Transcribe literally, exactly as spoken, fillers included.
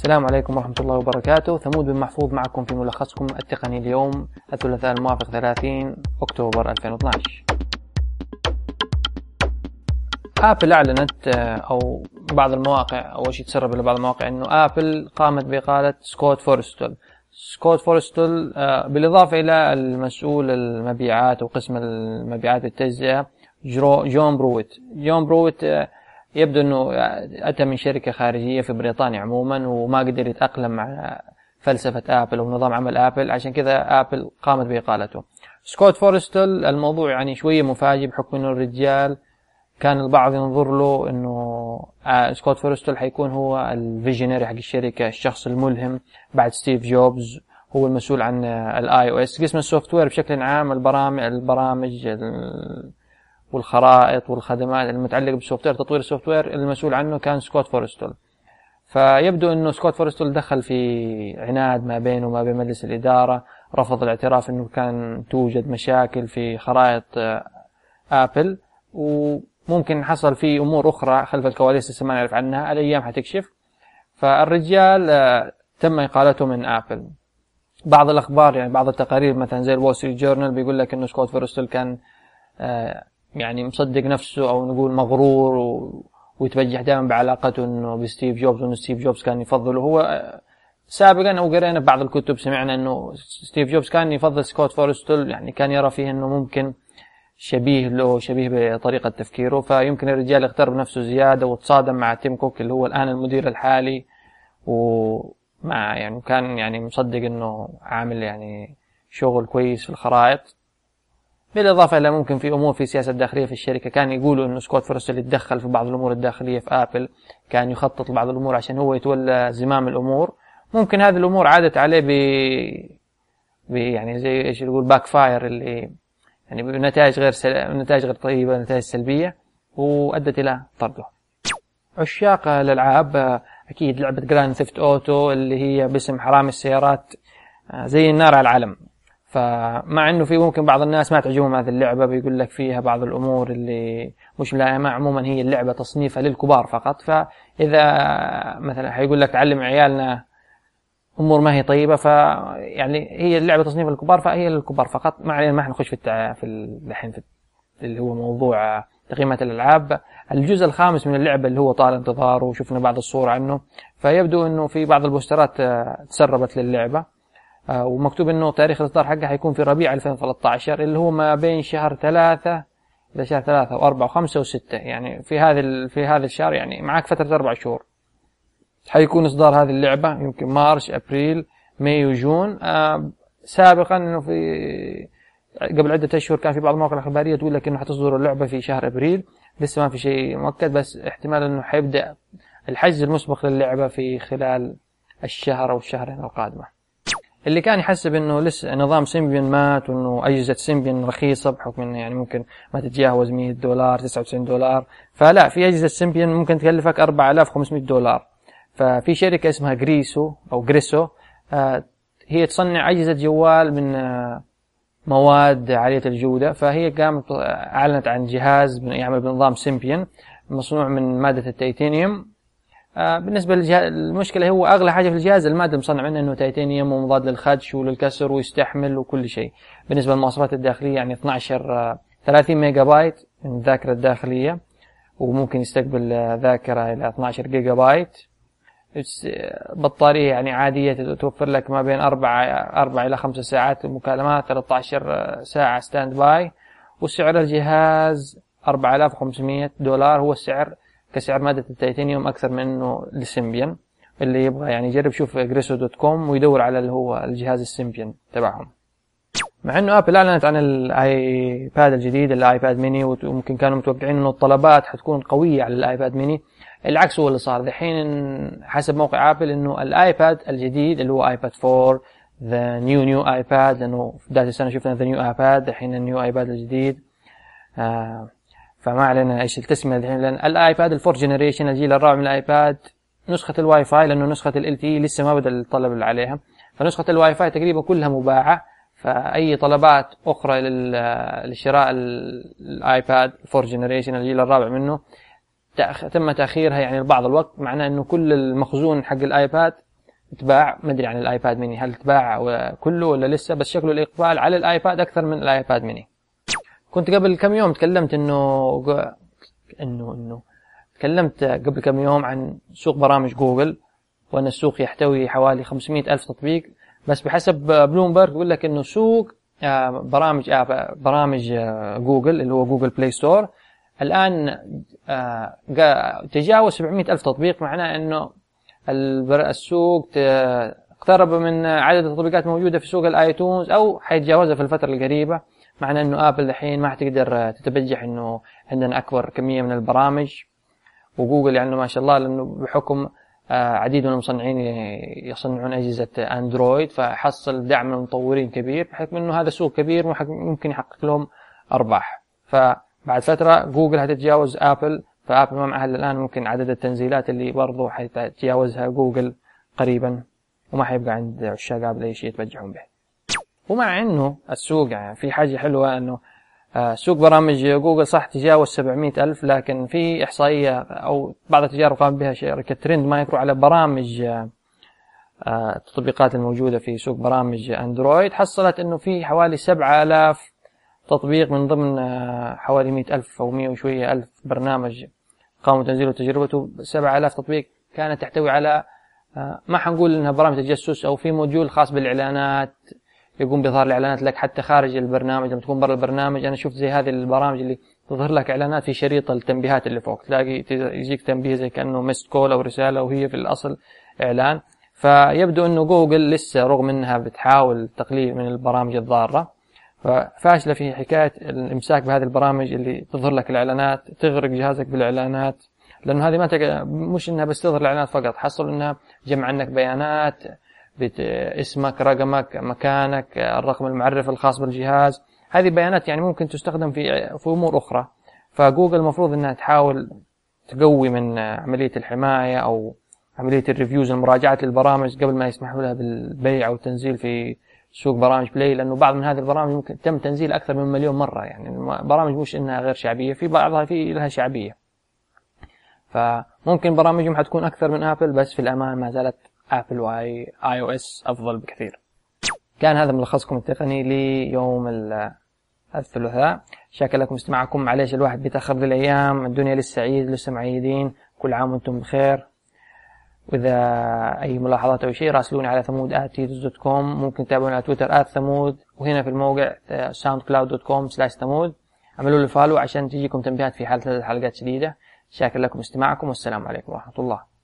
السلام عليكم ورحمة الله وبركاته. ثمود بن محفوظ معكم في ملخصكم التقني اليوم الثلاثاء الموافق ثلاثين أكتوبر ألفين واثني عشر. آبل أعلنت أو بعض المواقع أول شيء تسرب إلى بعض المواقع إنه آبل قامت بإقالة سكوت فورستل. سكوت فورستل بالإضافة إلى المسؤول المبيعات وقسم المبيعات والتجزئة جون برويت. جون برويت يبدو أنه أتى من شركة خارجية في بريطانيا عموما وما قدر يتأقلم مع فلسفة آبل ونظام عمل آبل، عشان كذا آبل قامت بإقالته. سكوت فورستل الموضوع يعني شوية مفاجئ بحكم أنه الرجال كان البعض ينظر له أنه سكوت فورستل حيكون هو الفيجنري حق الشركة، الشخص الملهم بعد ستيف جوبز، هو المسؤول عن الاي او اس، قسم السوفت وير بشكل عام، البرامج البرامج والخرائط والخدمات المتعلقة بالسوفت وير، تطوير السوفت وير المسؤول عنه كان سكوت فورستل. فيبدو أنه سكوت فورستل دخل في عناد ما بينه وما بين مجلس الإدارة، رفض الاعتراف أنه كان توجد مشاكل في خرائط آبل، وممكن حصل في أمور أخرى خلف الكواليس لسه ما نعرف عنها، الأيام حتكشف. فالرجال تم إقالته من آبل. بعض الأخبار يعني بعض التقارير مثلا زي الوول ستريت جورنال بيقول لك أنه سكوت فورستل كان يعني مصدق نفسه أو نقول مغرور و... ويتبجح دائما بعلاقته إنه بستيف جوبز، وإنه ستيف جوبز كان يفضله. هو سابقا أو قرينا بعض الكتب سمعنا إنه ستيف جوبز كان يفضل سكوت فورستل، يعني كان يرى فيه إنه ممكن شبيه له، شبيه بطريقة تفكيره، فيمكن الرجال اغتر بنفسه زيادة وتصادم مع تيم كوك اللي هو الآن المدير الحالي، ومع يعني كان يعني مصدق إنه عامل يعني شغل كويس في الخرائط. بالإضافة إلى ممكن في أمور في سياسة داخلية في الشركة، كان يقولوا إنه سكوت فورستل يتدخل في بعض الأمور الداخلية في آبل، كان يخطط لبعض الأمور عشان هو يتولى زمام الأمور. ممكن هذه الأمور عادت عليه ب... ب يعني زي إيش يقول باك فاير، اللي يعني بنتائج غير سل... نتائج غير طيبة، نتائج سلبية، وأدت إلى طرده. عشاق الألعاب أكيد لعبة جراند ثيفت أوتو اللي هي باسم حرامي السيارات زي النار على العلم. فمع انه في ممكن بعض الناس ما تعجبهم هذه اللعبة، بيقول لك فيها بعض الامور اللي مش ملائمة. عموما هي اللعبة تصنيفها للكبار فقط، فاذا مثلا حيقول لك تعلم عيالنا امور ما هي طيبة، ف يعني هي اللعبة تصنيفها للكبار فهي للكبار فقط. ما علينا، ما حنخش في التع... في الحين في اللي هو موضوع تقييمات الالعاب. الجزء الخامس من اللعبة اللي هو طال انتظاره وشفنا بعض الصور عنه، فيبدو انه في بعض البوسترات تسربت للعبة، ومكتوب انه تاريخ الاصدار حقها حيكون في ربيع ألفين وثلاثة عشر، اللي هو ما بين شهر ثلاثة الى شهر ثلاثة واربعة وخمسة وستة، يعني في هذا في هذا الشهر، يعني معك فترة اربع شهور. حيكون اصدار هذه اللعبة يمكن مارس ابريل مايو جون. آه سابقا انه في قبل عدة اشهر كان في بعض المواقع الاخبارية تقول لك انه حتصدر اللعبة في شهر ابريل، لسه ما في شيء مؤكد، بس احتمال انه حيبدأ الحجز المسبق للعبة في خلال الشهر او الشهرين القادمة. اللي كان يحسب انه لسه نظام سيمبيون مات وانه اجهزة سيمبيون رخيصة بحكم انه يعني ممكن ما تتجاوز مية دولار تسعة وتسعين دولار، فلا، في اجهزة سيمبيون ممكن تكلفك أربعة آلاف وخمسمية دولار. ففي شركة اسمها جريسو او جريسو، آه هي تصنع اجهزة جوال من آه مواد عالية الجودة، فهي قامت اعلنت عن جهاز يعمل بنظام سيمبيون مصنوع من مادة التيتانيوم. آه بالنسبة للجهاز المشكلة هو أغلى حاجة في الجهاز المادة المصنع منه إنه تيتانيوم ومضاد للخدش وللكسر ويستحمل وكل شيء. بالنسبة للمواصفات الداخلية يعني اثناشر آه ثلاثين ميجا بايت من الذاكرة الداخلية، وممكن يستقبل آه ذاكرة إلى اثناشر جيجا بايت. بطارية يعني عادية توفر لك ما بين أربعة أربعة إلى خمسة ساعات مكالمات، ثلاثة عشر ساعة ستاند باي. وسعر الجهاز أربعة آلاف وخمسمية دولار، هو السعر كسعر مادة التيتانيوم أكثر منه للسيمبيون. اللي يبغى يعني يجرب شوف جريسو دوت كوم ويدور على اللي هو الجهاز السيمبيون تبعهم. مع إنه آبل أعلنت عن الآيباد الجديد الآيباد ميني، وممكن كانوا متوقعين إنه الطلبات حتكون قوية على الآيباد ميني، العكس هو اللي صار. دحين حسب موقع آبل إنه الآيباد الجديد اللي هو آيباد فور the new new iPad، لأنه في بداية السنة شفنا the new iPad، دحين النيو آيباد الجديد. آه فما علينا ايش التسمية الحين، لان الايباد الفور جنريشن الجيل الرابع من الايباد نسخة الواي فاي، لانه نسخة ال تي لسه ما بدأ الطلب اللي عليها، فنسخة الواي فاي تقريبا كلها مباعة. فاي طلبات اخرى لشراء الايباد الفور جنريشن الجيل الرابع منه تم تأخيرها يعني لبعض الوقت، معناه انه كل المخزون حق الايباد تباع. ما ادري عن الايباد ميني هل تباع كله ولا لسه، بس شكله الاقبال على الايباد اكثر من الايباد ميني. كنت قبل كم يوم تكلمت انه انه انه تكلمت قبل كم يوم عن سوق برامج جوجل، وان السوق يحتوي حوالي خمسمائة ألف تطبيق، بس بحسب بلومبرج يقول لك انه سوق برامج برامج جوجل اللي هو جوجل بلاي ستور الان تجاوز سبعمائة ألف تطبيق. معناه انه السوق اقترب من عدد التطبيقات الموجودة في سوق الايتونز او حيتجاوزها في الفترة القريبة. معناه انه ابل الحين ما حتقدر تتبجح انه عندنا اكبر كمية من البرامج، وجوجل يعني ما شاء الله لانه بحكم عديد من المصنعين يصنعون اجهزة اندرويد فحصل دعم من المطورين كبير، بحكم انه هذا سوق كبير ممكن يحقق لهم ارباح. فبعد فترة جوجل هتتجاوز ابل، فابل ما معها الان ممكن عدد التنزيلات اللي برضو حيتجاوزها جوجل قريبا، وما حيبقى عند عشاق ابل اي شيء يتبجحون به. ومع انه السوق يعني في حاجة حلوة انه سوق برامج جوجل صح تجاوز سبعمائة ألف، لكن في إحصائية أو بعض التجارب قام بها شركة ترند مايكرو على برامج التطبيقات الموجودة في سوق برامج أندرويد، حصلت أنه في حوالي سبعة آلاف تطبيق من ضمن حوالي مئة ألف أو مئة وشوية ألف برنامج قاموا تنزيله وتجربته. سبعة آلاف تطبيق كانت تحتوي على ما حنقول أنها برامج تجسس أو في موديول خاص بالإعلانات يقوم بإظهار الإعلانات لك حتى خارج البرنامج. لما تكون برا البرنامج أنا شفت زي هذه البرامج اللي تظهر لك إعلانات في شريط التنبيهات اللي فوق، تلاقي يجيك تنبيه زي كأنه ميست كول أو رسالة وهي في الأصل إعلان. فيبدو أنه جوجل لسه رغم أنها بتحاول التقليل من البرامج الضارة ففاشلة في حكاية الإمساك بهذه البرامج اللي تظهر لك الإعلانات، تغرق جهازك بالإعلانات، لأنه هذه ما تق... مش إنها بس تظهر الإعلانات فقط، حصل إنها جمع عنك بيانات بت... اسمك، رقمك، مكانك، الرقم المعرف الخاص بالجهاز. هذه بيانات يعني ممكن تستخدم في في أمور أخرى. فجوجل المفروض إنها تحاول تقوي من عملية الحماية أو عملية الريفيوز، المراجعة للبرامج قبل ما يسمحوا لها بالبيع أو التنزيل في سوق برامج بلاي، لأنه بعض من هذه البرامج ممكن تم تنزيل أكثر من مليون مرة. يعني برامج مش إنها غير شعبية، في بعضها في لها شعبية، فممكن برامجهم حتكون أكثر من آبل، بس في الأمان ما زالت آبل واي آي أو إس أفضل بكثير. كان هذا ملخصكم التقني ليوم الثلاثاء. شاكر لكم استماعكم. معليش الواحد بيتأخر ذي الأيام، الدنيا لسه عيد، لسه معيدين، كل عام وانتم بخير. وإذا أي ملاحظات أو شيء راسلوني على ثمود آت تيتوس دوت كوم، ممكن تتابعوني على تويتر آت ثمود، وهنا في الموقع ساوند كلاود دوت كوم سلاش ثمود. عملوا لي فالو عشان تجيكم تنبيهات في حال ثلاث حلقات جديدة. شاكر لكم استماعكم، والسلام عليكم ورحمة الله.